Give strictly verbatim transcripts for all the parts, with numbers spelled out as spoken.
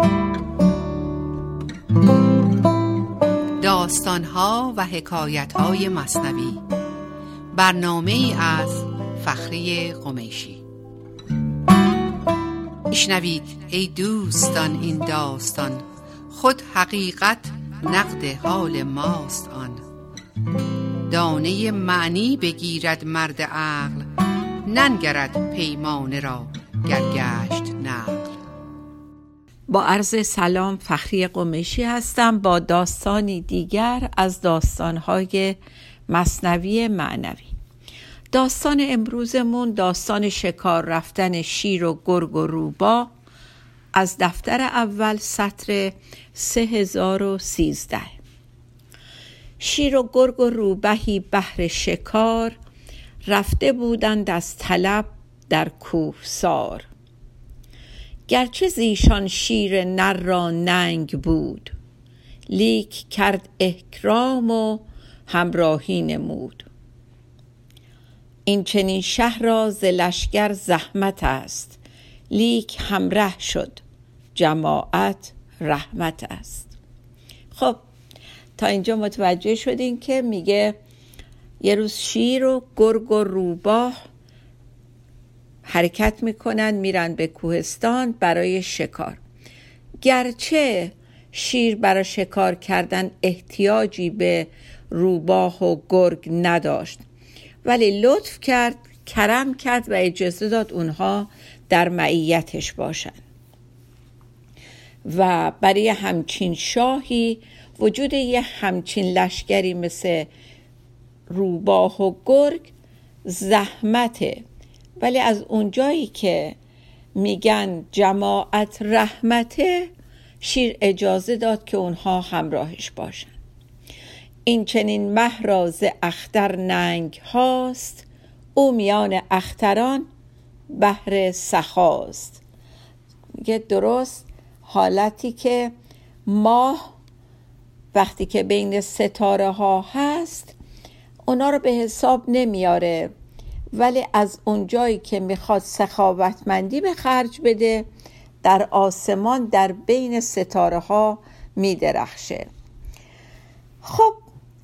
داستان‌ها و حکایت‌های مثنوی، برنامه‌ای از فخری قمیشی. میشنوید ای دوستان این داستان، خود حقیقت نقد حال ماست آن. دانه معنی بگیرد مرد عقل، ننگرد پیمانه را گر گشت نقل. با عرض سلام، فخری قمیشی هستم با داستانی دیگر از داستان‌های مثنوی معنوی. داستان امروزمون داستان شکار رفتن شیر و گرگ و روباه از دفتر اول سطر سه هزار و سیزده. شیر و گرگ و روبهی بهر شکار، رفته بودند از طلب در کوهسار. گرچه زیشان شیر نر را ننگ بود، لیک کرد اکرام و همراهی نمود. این چنین شهر را ز لشکر زحمت است، لیک همره شد جماعت رحمت است. خب تا اینجا متوجه شدین که میگه یه روز شیر و گرگ و روباه حرکت میکنن، میرن به کوهستان برای شکار. گرچه شیر برای شکار کردن احتیاجی به روباه و گرگ نداشت، ولی لطف کرد، کرم کرد و اجازه داد اونها در معیتش باشن. و برای همچین شاهی وجود یه همچین لشکری مثل روباه و گرگ زحمته، ولی از اونجایی که میگن جماعت رحمته، شیر اجازه داد که اونها همراهش باشن. این چنین مه را ز اختر ننگ هاست، او میان اختران بهر سخاست. میگه درست حالتی که ماه وقتی که بین ستاره ها هست اونا رو به حساب نمیاره، ولی از اونجایی که میخواد سخاوتمندی به خرج بده، در آسمان در بین ستاره ها میدرخشه. خب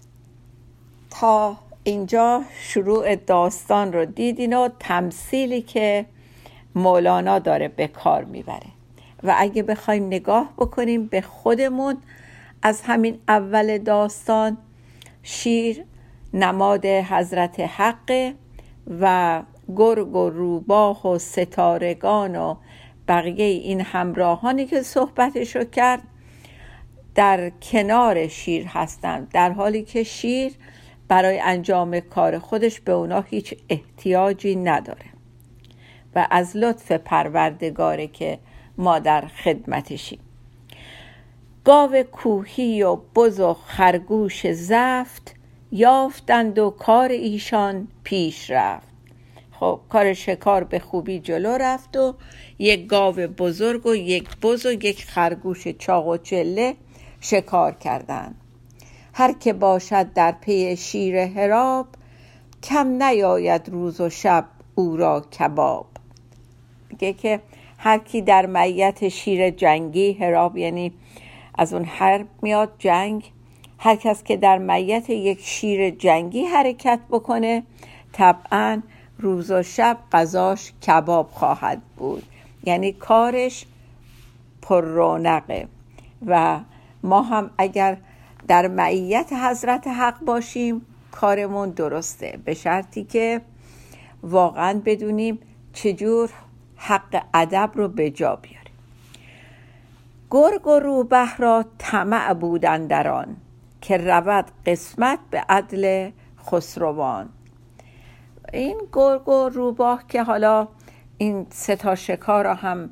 تا اینجا شروع داستان رو دیدین و تمثیلی که مولانا داره به کار میبره. و اگه بخوایم نگاه بکنیم به خودمون، از همین اول داستان شیر نماد حضرت حق و گرگ و روباه و ستارگان و بقیه این همراهانی که صحبتشو کرد در کنار شیر هستند، در حالی که شیر برای انجام کار خودش به اونا هیچ احتیاجی نداره و از لطف پروردگاره که ما در خدمتشیم. گاو کوهی و بز و خرگوش زفت، یافتند و کار ایشان پیش رفت. خب کار شکار به خوبی جلو رفت و یک گاو بزرگ و یک بز و یک خرگوش چاق و چله شکار کردند. هر که باشد در پی شیر هراب، کم نیاید روز و شب او را کباب. میگه که هر کی در معیت شیر جنگی، هراب یعنی از اون حرب میاد جنگ، هر کس که در معیت یک شیر جنگی حرکت بکنه طبعاً روز و شب غذاش کباب خواهد بود، یعنی کارش پر رونقه. و ما هم اگر در معیت حضرت حق باشیم کارمون درسته، به شرطی که واقعاً بدونیم چجور حق ادب رو به جا بیاریم. گرگ و روبه را طمع بود اندر آن، که رود قسمت به عدل خسروان. این گرگ و روباه که حالا این سه تا شکار را هم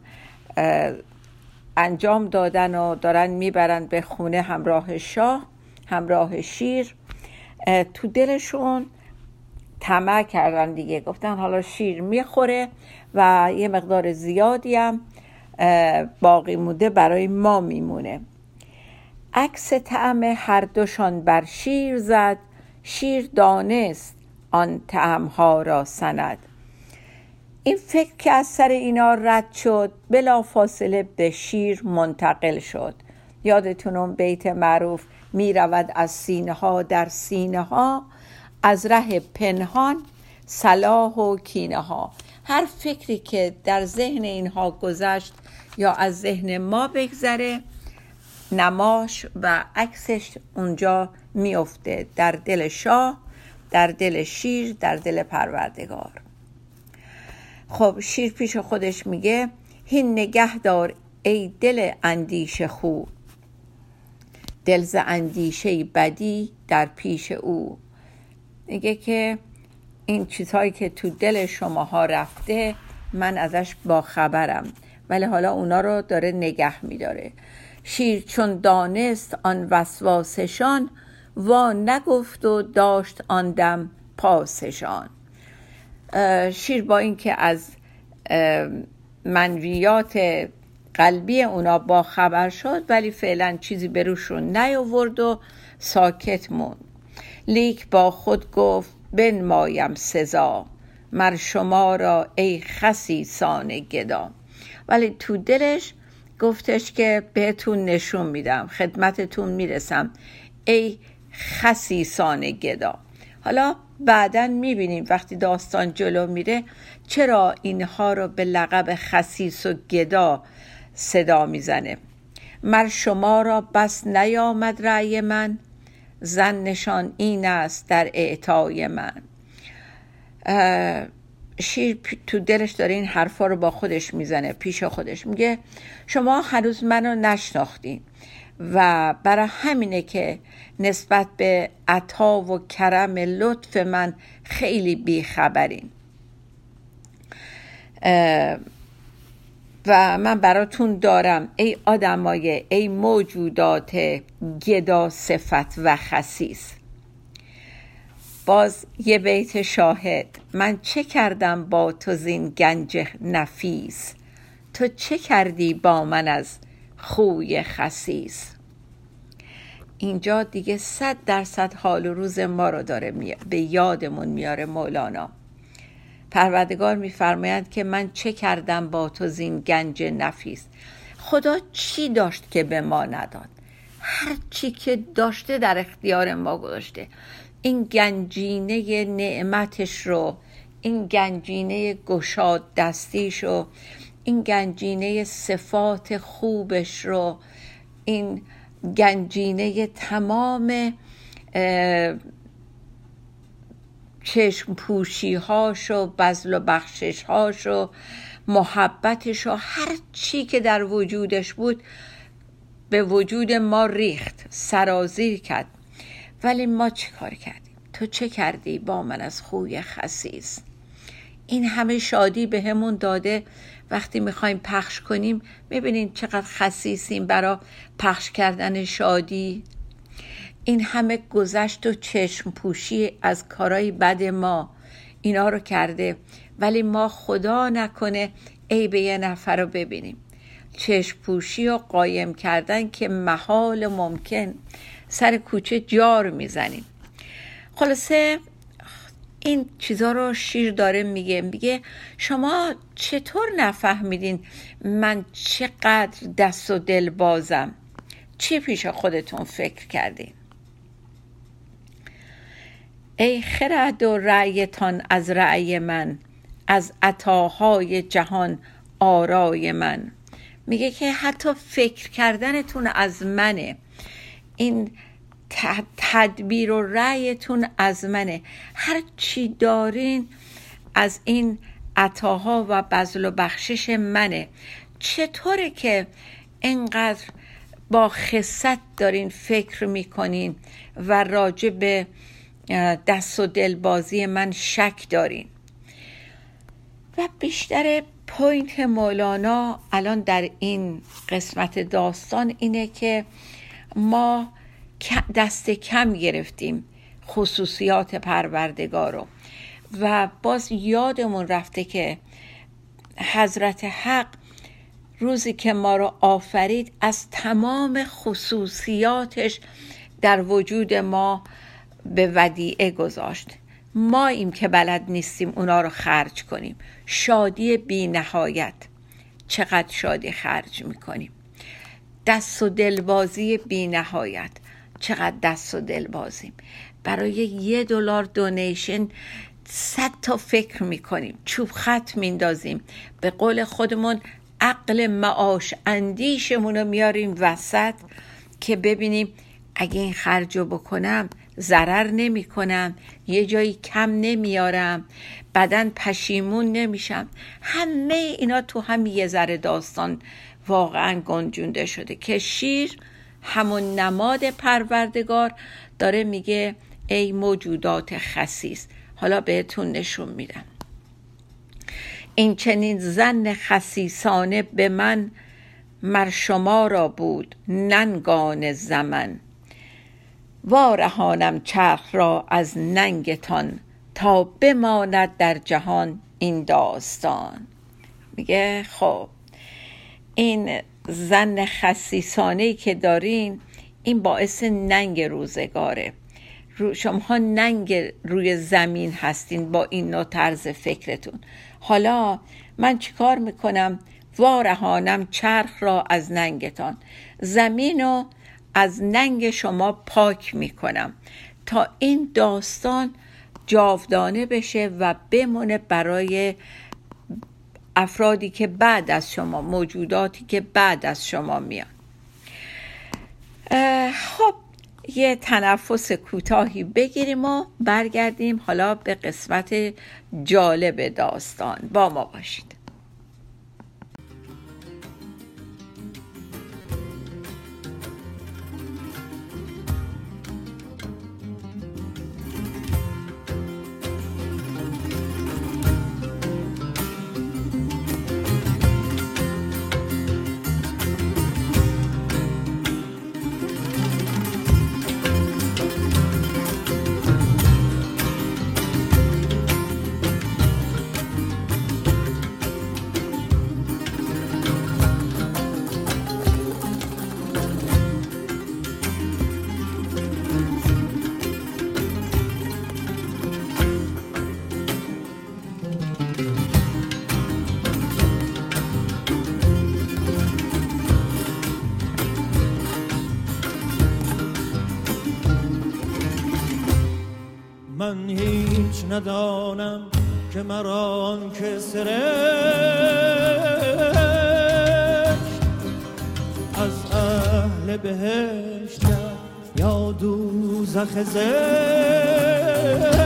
انجام دادن و دارن میبرن به خونه همراه شاه، همراه شیر، تو دلشون طمع کردن دیگه، گفتن حالا شیر میخوره و یه مقدار زیادی هم باقی مونده برای ما میمونه. عکس طعم هر دوشان بر شیر زد، شیر دانست آن طعمها را سند. این فکر که از سر اینا رد شد بلا فاصله به شیر منتقل شد. یادتون اون بیت معروف می رود از سینه ها در سینه ها، از ره پنهان صلاح و کینه ها. هر فکری که در ذهن اینها گذشت یا از ذهن ما بگذره، نماش و عکسش اونجا میفته، در دل شاه، در دل شیر، در دل پروردگار. خب شیر پیش خودش میگه هین نگه دار ای دل اندیشه خو، دل ز اندیشه بدی در پیش او. میگه که این چیزهایی که تو دل شماها رفته من ازش باخبرم، ولی حالا اونا رو داره نگه میداره. شیر چون دانست آن وسواسشان، وا نگفت و داشت آن دم پاسشان. شیر با اینکه از منویات قلبی اونا با خبر شد، ولی فعلا چیزی به روشون نیاورد و ساکت موند. لیک با خود گفت بنمایم سزا، مر شما را ای خسیسان گدا. ولی تو دلش گفتش که بهتون نشون میدم، خدمتتون میرسم ای خسیسان گدا. حالا بعداً میبینیم وقتی داستان جلو میره چرا اینها رو به لقب خسیس و گدا صدا میزنه. مر شما را بس نیامد رأی من، زن نشان این است در اعطای من. شیر تو دلش داره این حرفا رو با خودش میزنه، پیش خودش میگه شما هنوز منو نشناختین و برای همینه که نسبت به عطا و کرم لطف من خیلی بیخبرین و من براتون دارم ای آدمای، ای موجودات گدا صفت و خسیس. باز یه بیت شاهد، من چه کردم با تو زین گنج نفیس، تو چه کردی با من از خوی خسیس. اینجا دیگه صد درصد حال و روز ما رو داره به یادمون میاره مولانا. پروردگار میفرماید که من چه کردم با تو زین گنج نفیس. خدا چی داشت که به ما نداد؟ هر چی که داشته در اختیار ما گذاشته. این گنجینه نعمتش رو، این گنجینه گشاد دستیش رو، این گنجینه صفات خوبش رو، این گنجینه تمام چشم پوشی هاش و بذل و بخشش هاش و محبتش و هر چی که در وجودش بود به وجود ما ریخت، سرازیر کرد. ولی ما چه کار کردیم؟ تو چه کردی با من از خوی خسیس؟ این همه شادی به همون داده، وقتی میخوایم پخش کنیم میبینین چقدر خسیسیم برای پخش کردن شادی. این همه گذشت و چشم پوشی از کارهای بد ما اینا رو کرده، ولی ما خدا نکنه عیب یه نفر رو ببینیم. چشم پوشی و قایم کردن که محال ممکن، سر کوچه جار میزنیم. خلاصه این چیزا رو شیر داره میگه، میگه شما چطور نفهمیدین من چقدر دست و دل بازم؟ چی پیش خودتون فکر کردین؟ ای خرد و رأیتان از رأی من، از عطاهای جهان آرای من. میگه که حتی فکر کردنتون از منه، این تدبیر و رأیتون از منه، هر چی دارین از این عطاها و بذل و بخشش منه. چطوره که اینقدر با خست دارین فکر میکنین و راجع به دست و دلبازی من شک دارین؟ و بیشتر پوینت مولانا الان در این قسمت داستان اینه که ما دست کم گرفتیم خصوصیات پروردگار رو و باز یادمون رفته که حضرت حق روزی که ما رو آفرید از تمام خصوصیاتش در وجود ما به ودیعه گذاشت. ما ایم که بلد نیستیم اونا رو خرج کنیم. شادی بی نهایت، چقدر شادی خرج میکنیم. دست و دلبازی بی نهایت، چقدر دست و دلبازیم. برای یه دلار دونیشن صد تا فکر میکنیم، چوب خط میندازیم، به قول خودمون عقل معاش اندیشمون رو میاریم وسط که ببینیم اگه این خرجو بکنم ضرر نمی کنم، یه جایی کم نمیارم، بعدن پشیمون نمیشم. همه اینا تو هم یه ذره داستان واقعا گنجونده شده که شیر همون نماد پروردگار داره میگه ای موجودات خسیس. حالا بهتون نشون میدم. این چنین زن خسیسانه به من، مر شما را بود ننگان زمن. وارهانم چرخ را از ننگتان، تا بماند در جهان این داستان. میگه خب این زن خسیسانه‌ای که دارین این باعث ننگ روزگاره. رو شما ننگ روی زمین هستین با این نوع طرز فکرتون. حالا من چیکار میکنم؟ وارهانم چرخ را از ننگتان، زمین رو از ننگ شما پاک میکنم تا این داستان جاودانه بشه و بمونه برای افرادی که بعد از شما، موجوداتی که بعد از شما میان. خب یه تنفس کوتاهی بگیریم و برگردیم حالا به قسمت جالب داستان. با ما باشید. من هیچ ندانم که مرا آن که سرشت از اهل بهشت یا دوزخ زشت،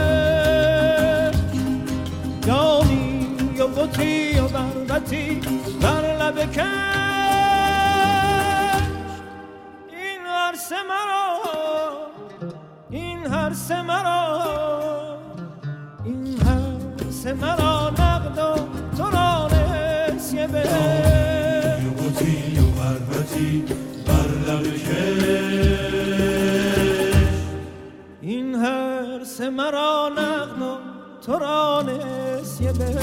جانی و بطی و بربطی بر لب کش. این عرصه مرا، این هرس مرا، این هرس مرا نقد و تو را نسیه به یوتی و بربتی بر لب کش. این هرس مرا نقد و تو را نسیه به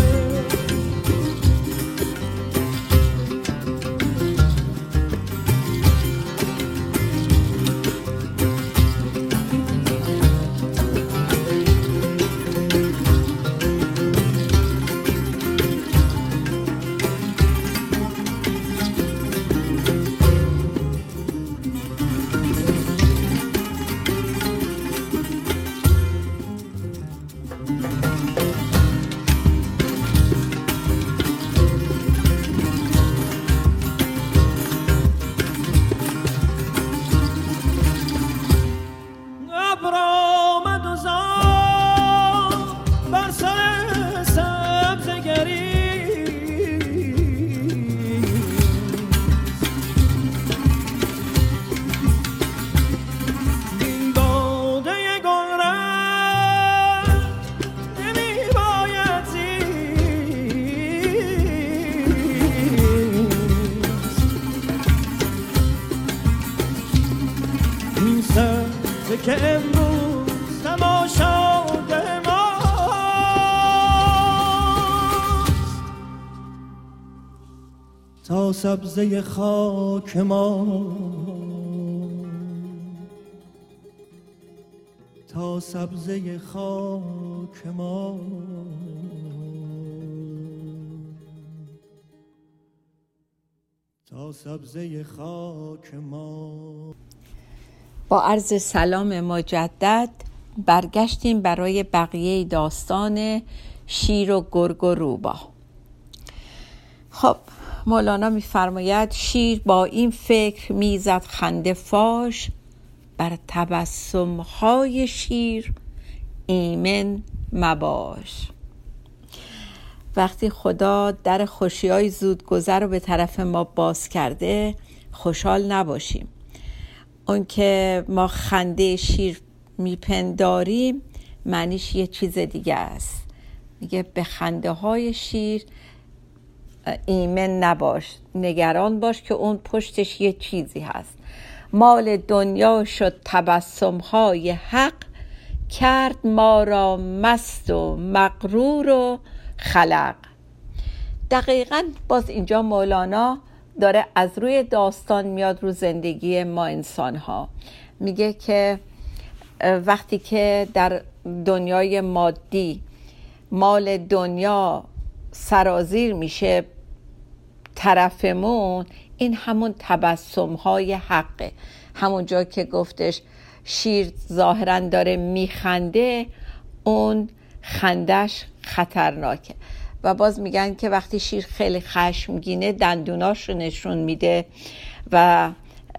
که امروز تماشای ماست، تا سبزه خاک ما، تا سبزه خاک ما، تا سبزه خاک ما. با عرض سلام مجدد برگشتیم برای بقیه داستان شیر و گرگ و روباه. خب مولانا می‌فرماید شیر با این فکر میزد خنده فاش، بر تبسم‌های شیر ایمن مباش. وقتی خدا در خوشی‌های زودگذر رو به طرف ما باز کرده خوشحال نباشیم. اون که ما خنده شیر میپنداریم معنیش یه چیز دیگه است. میگه به خنده های شیر ایمن نباش، نگران باش که اون پشتش یه چیزی هست. مال دنیا شد تبسم های حق، کرد ما را مست و مغرور و خلق. دقیقاً باز اینجا مولانا داره از روی داستان میاد رو زندگی ما انسان ها. میگه که وقتی که در دنیای مادی مال دنیا سرازیر میشه طرفمون، این همون تبسم های حقه. همون جا که گفتش شیر ظاهراً داره میخنده، اون خندش خطرناکه. و باز میگن که وقتی شیر خیلی خشمگینه دندوناش رو نشون میده و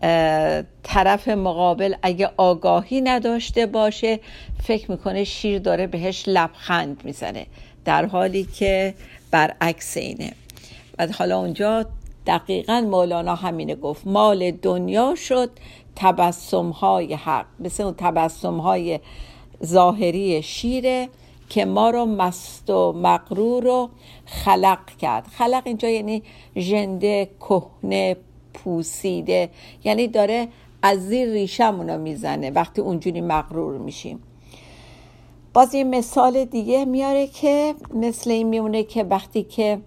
طرف مقابل اگه آگاهی نداشته باشه فکر میکنه شیر داره بهش لبخند میزنه، در حالی که برعکس اینه. و حالا اونجا دقیقاً مولانا همینه گفت، مال دنیا شد تبسم‌های حق، مثل اون تبسم‌های ظاهری شیره که ما رو مست و مغرور رو خلق کرد. خلق اینجا یعنی ژنده، کهنه، پوسیده، یعنی داره از زیر ریشمونو میزنه وقتی اونجوری مغرور میشیم. باز یه مثال دیگه میاره که مثل این میمونه که وقتی که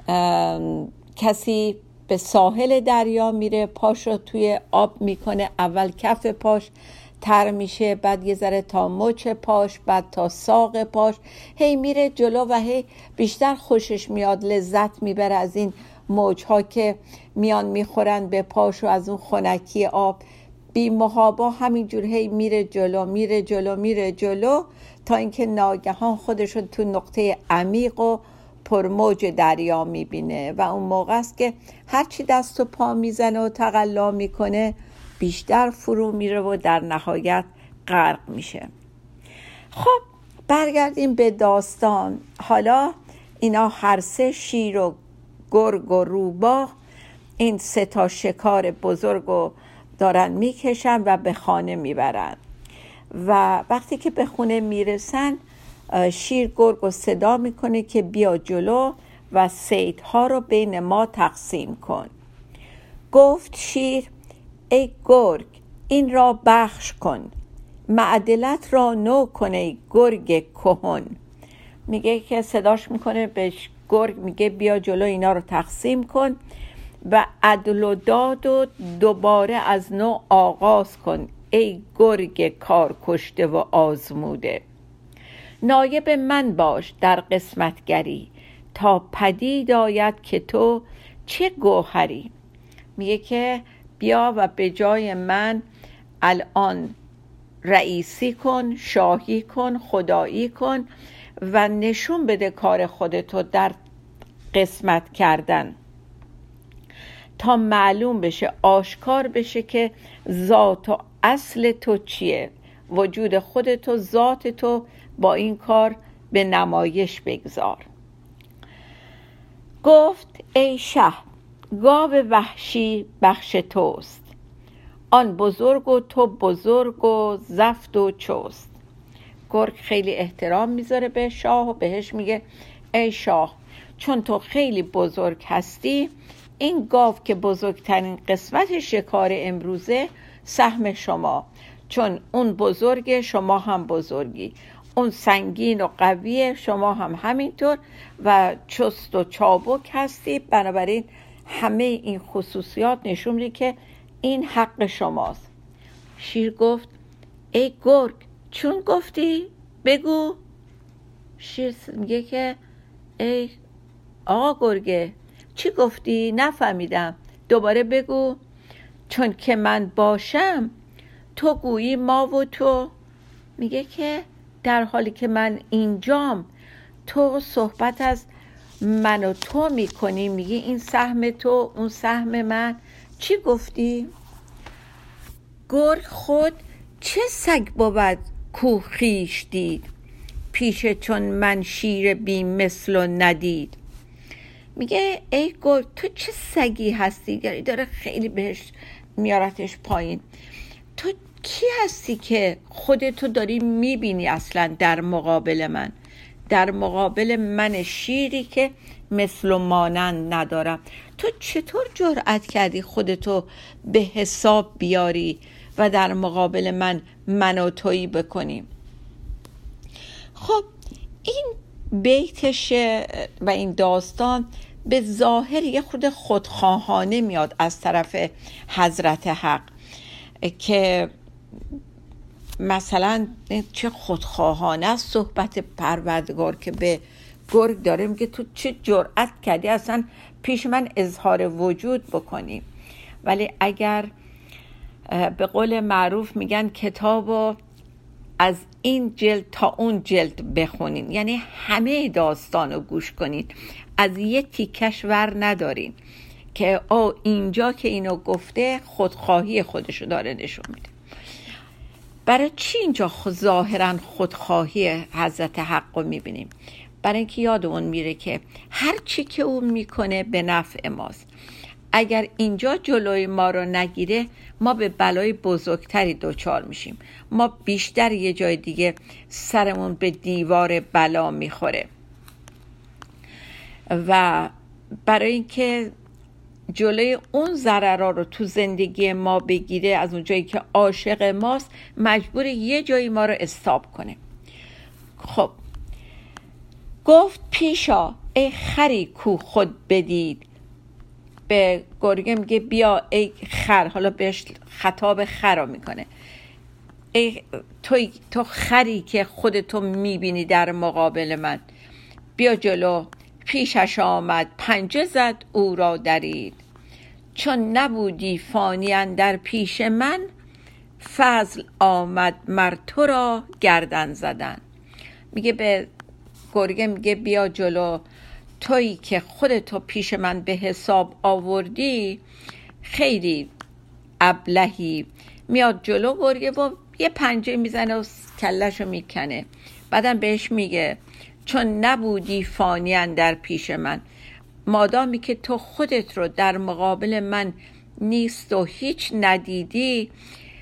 کسی به ساحل دریا میره، پاشو توی آب میکنه، اول کف پاش تر میشه، بعد یه ذره تا مچ پاش، بعد تا ساق پاش، هی میره جلو و هی بیشتر خوشش میاد، لذت میبره از این موجها که میان میخورن به پاش و از اون خنکی آب. بی محابا همینجور هی میره جلو میره جلو میره جلو تا اینکه ناگهان خودش رو تو نقطه عمیق و پرموج دریا میبینه و اون موقع است که هرچی دست و پا میزنه و تقلا میکنه بیشتر فرو میره و در نهایت غرق میشه. خب برگردیم به داستان. حالا اینا هر سه، شیر و گرگ و روباه، این سه تا شکار بزرگ رو دارن میکشن و به خانه میبرن. و وقتی که به خونه میرسن شیر گرگ رو صدا میکنه که بیا جلو و صیدها رو بین ما تقسیم کن. گفت شیر ای گرگ این را بخش کن، معدلت را نو کن ای گرگ کهن. میگه که صداش میکنه به گرگ، میگه بیا جلو اینا رو تقسیم کن و عدل و داد و دوباره از نو آغاز کن ای گرگ کار کشته و آزموده. نایب من باش در قسمتگری، تا پدید آید که تو چه گوهری. میگه که بیا و به جای من الان رئیسی کن، شاهی کن، خدایی کن و نشون بده کار خودتو در قسمت کردن، تا معلوم بشه، آشکار بشه که ذات و اصل تو چیه، وجود خودتو، ذات تو با این کار به نمایش بگذار. گفت ای شه گاو وحشی بخش توست، آن بزرگ و تو بزرگ و زفت و چوست. گرگ خیلی احترام میذاره به شاه و بهش میگه ای شاه چون تو خیلی بزرگ هستی، این گاو که بزرگترین قسمت شکار امروزه سهم شما، چون اون بزرگه شما هم بزرگی، اون سنگین و قویه شما هم همینطور و چست و چابک هستی، بنابراین همه این خصوصیات نشون میده که این حق شماست. شیر گفت ای گرگ چون گفتی بگو. شیر میگه که ای آقا گرگه چی گفتی؟ نفهمیدم، دوباره بگو. چون که من باشم تو گویی ما و تو. میگه که در حالی که من اینجام تو صحبت از من و تو میکنی، میگه این سهم تو اون سهم من. چی گفتی؟ گرگ خود چه سگ بود کو خویش دید، پیش چون من شیر بی مثل و ندید. میگه ای گرگ تو چه سگی هستی؟ یعنی داره خیلی بهش میارتش پایین. تو کی هستی که خودتو داری میبینی اصلا در مقابل من، در مقابل من شیری که مثل و مانند ندارم؟ تو چطور جرأت کردی خودتو به حساب بیاری و در مقابل من من و تویی بکنی؟ خب این بیتش و این داستان به ظاهر یه خود خودخواهانه میاد از طرف حضرت حق که مثلا چه خودخواهانه است صحبت پروردگار که به گرگ داره میگه تو چه جرأت کردی اصلا پیش من اظهار وجود بکنی. ولی اگر به قول معروف میگن کتابو از این جلد تا اون جلد بخونین، یعنی همه داستانو گوش کنین، از یه تیکش ور ندارین که او اینجا که اینو گفته خودخواهی خودشو داره نشون میده. برای چی اینجا ظاهرا خودخواهی حضرت حق رو میبینیم؟ برای اینکه یادمون میره که هر چی که اون میکنه به نفع ماست. اگر اینجا جلوی ما رو نگیره ما به بلای بزرگتری دچار میشیم، ما بیشتر یه جای دیگه سرمون به دیوار بلا میخوره. و برای اینکه جلوی اون ضررها رو تو زندگی ما بگیره، از اون جایی که عاشق ماست مجبور یه جایی ما رو استاپ کنه. خب گفت پیشا ای خری کو خود بدید. به گرگه میگه بیا ای خر، حالا بهش خطاب خر رو میکنه. ای تو, تو خری که خودتو میبینی در مقابل من، بیا جلو. پیشش آمد پنجه زد او را درید، چون نبودی فانی اندر پیش من، فضل آمد مر تو را گردن زدن. میگه به گرگه میگه بیا جلو، تویی که خودتو پیش من به حساب آوردی خیلی ابلهی. میاد جلو گرگه و یه پنجه میزنه و کلشو میکنه. بعدم بهش میگه چون نبودی فانی اندر پیش من، مادامی که تو خودت رو در مقابل من نیست و هیچ ندیدی،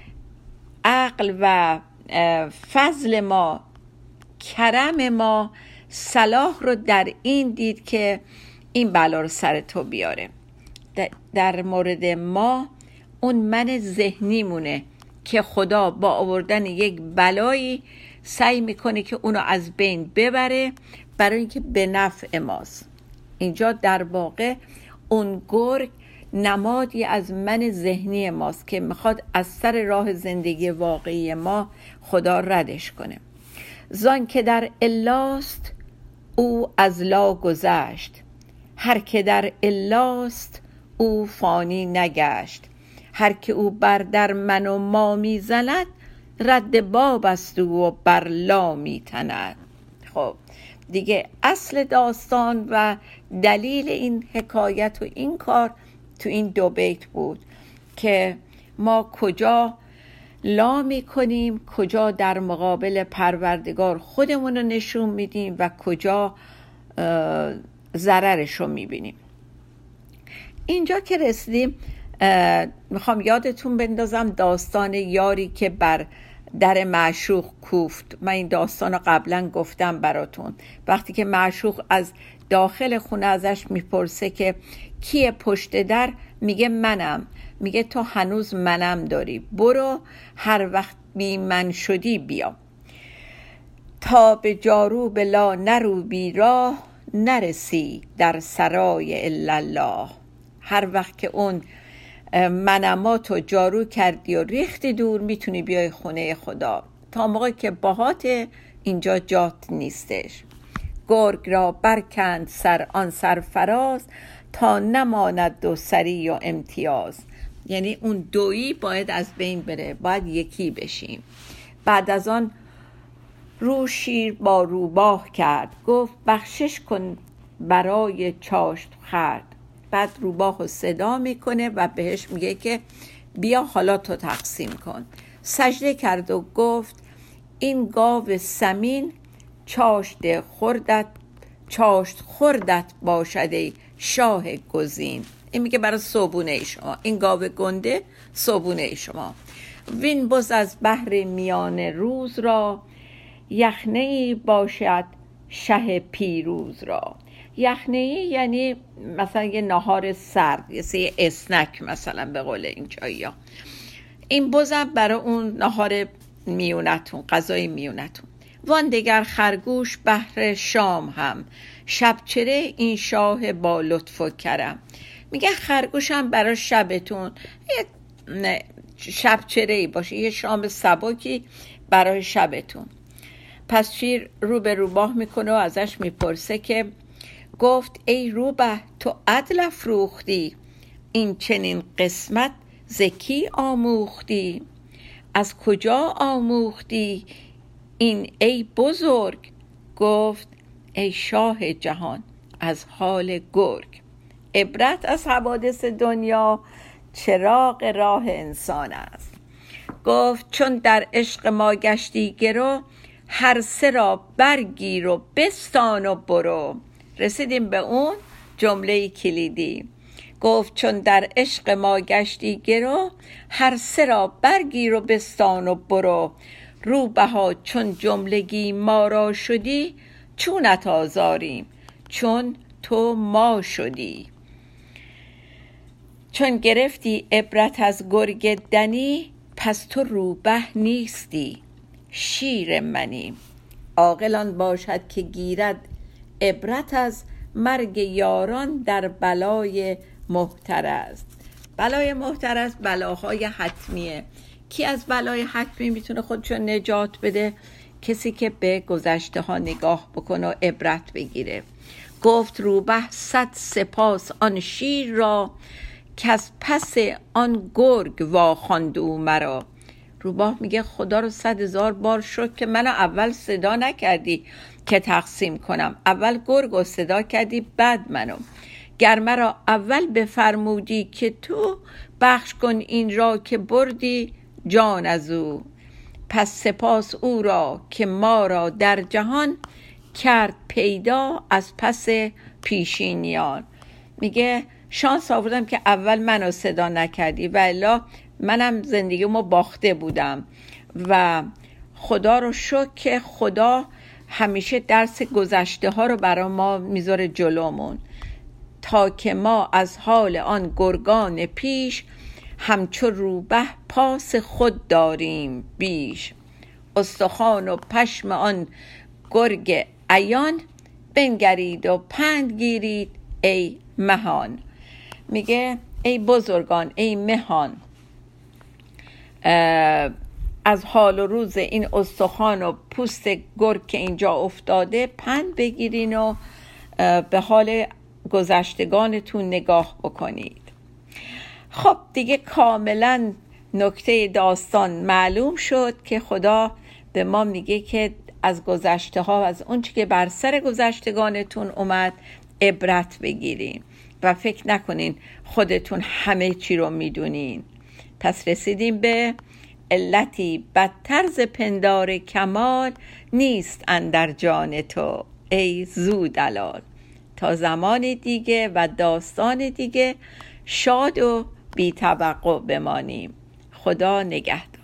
عقل و فضل ما، کرم ما صلاح رو در این دید که این بلا رو سر تو بیاره. در مورد ما اون من ذهنی مونه که خدا با آوردن یک بلایی سعی میکنه که اونو از بین ببره برای اینکه به نفع ماست. اینجا در واقع اون گرگ نمادی از من ذهنی ماست که میخواد از سر راه زندگی واقعی ما خدا ردش کنه. زان که در الاست او از لا گذشت، هر که در الاست او فانی نگشت. هر که او بر در من و ما میزند، رد باب است و بر لا میتند. خب دیگه اصل داستان و دلیل این حکایت و این کار تو این دو بیت بود که ما کجا لا میکنیم، کجا در مقابل پروردگار خودمون رو نشون میدیم و کجا ضررش رو میبینیم. اینجا که رسیدیم میخوام یادتون بندازم داستان یاری که بر در معشوق کوفت. من این داستان رو قبلا گفتم براتون. وقتی که معشوق از داخل خونه ازش میپرسه که کیه پشت در، میگه منم. میگه تو هنوز منم داری، برو هر وقت بی من شدی بیا. تا به جارو بلا نروبی راه، نرسی در سرای الا الله. هر وقت که اون منماتو جارو کردی و ریختی دور، میتونی بیای خونه خدا. تا موقع که باهات اینجا جات نیستش. گرگ را برکند سر آن سرفراز، تا نماند دو سری و امتیاز. یعنی اون دویی باید از بین بره، باید یکی بشیم. بعد از آن رو شیر با روباه کرد، گفت بخشش کن برای چاشت خورد. بعد روباه رو صدا میکنه و بهش میگه که بیا حالا تو تقسیم کن. سجده کرد و گفت این گاو سمین چاشت خوردت چاشت خوردت باشد ای شاه گزین. این میگه برای صبونه شما، این گاو گنده صبونه شما. وین بز از بحر میان روز را، یخنه‌ای باشد شه پیروز را. یخنه‌ای یعنی مثلا یه نهار سرد، یه سه اسنک مثلا به قول این چایی‌ها. این بزم برای اون نهار میونتون، غذای میونتون. وان دگر خرگوش بهر شام هم، شبچره این شاه با لطف و کرم. میگه خرگوش هم برای شبتون یه شبچره‌ای باشه، یه شام سبکی برای شبتون. پس شیر رو به روباه میکنه و ازش میپرسه که گفت ای روبه تو عدل افروختی، این چنین قسمت زکی آموختی؟ از کجا آموختی این ای بزرگ؟ گفت ای شاه جهان از حال گرگ. عبرت از حوادث دنیا چراغ راه انسان است. گفت چون در عشق ما گشتی گرو، هر سه را برگیر و بستان و برو. رسیدیم به اون جمله کلیدی. گفت چون در عشق ما گشتی گرو، هر سه را برگیر و بستان و برو. روبها چون جملگی ما را شدی، چونت آزاریم چون تو ما شدی. چون گرفتی عبرت از گرگ دنی، پس تو روبه نیستی شیر منی. عاقلان باشد که گیرد عبرت از مرگ یاران در بلای محترز. بلای محترز بلاهای حتمیه. کی از بلای حتمی میتونه خودشو نجات بده؟ کسی که به گذشته ها نگاه بکنه و عبرت بگیره. گفت روبه صد سپاس آن شیر را، که از پس آن گرگ واخواند او مرا. روباه میگه خدا رو صد هزار بار شد که منو اول صدا نکردی که تقسیم کنم. اول گرگ رو صدا کردی بعد منو. گر مرا اول بفرمودی که تو، بخش کن این را که بردی جان از او. پس سپاس او را که ما را در جهان، کرد پیدا از پس پیشینیان. میگه شانس آوردم که اول منو صدا نکردی، و الا منم زندگیمو باخته بودم. و خدا رو شکر که خدا همیشه درس گذشته ها رو برای ما میذاره جلومون، تا که ما از حال آن گرگان پیش، همچو روبه پاس خود داریم بیش. استخوان و پشم آن گرگ عیان، بنگرید و پند گیرید ای مهان. میگه ای بزرگان، ای مهان، از حال و روز این استخوان و پوست گرگ که اینجا افتاده پند بگیرین و به حال گذشتگانتون نگاه بکنید. خب دیگه کاملا نکته داستان معلوم شد که خدا به ما میگه که از گذشته ها و از اون چی که بر سر گذشتگانتون اومد عبرت بگیرین و فکر نکنین خودتون همه چی رو میدونین. پس رسیدیم به علتی بدتر ز پندار کمال، نیست اندر جان تو ای زو دلال. تا زمان دیگه و داستان دیگه شاد و بی توقع بمانیم. خدا نگهدار.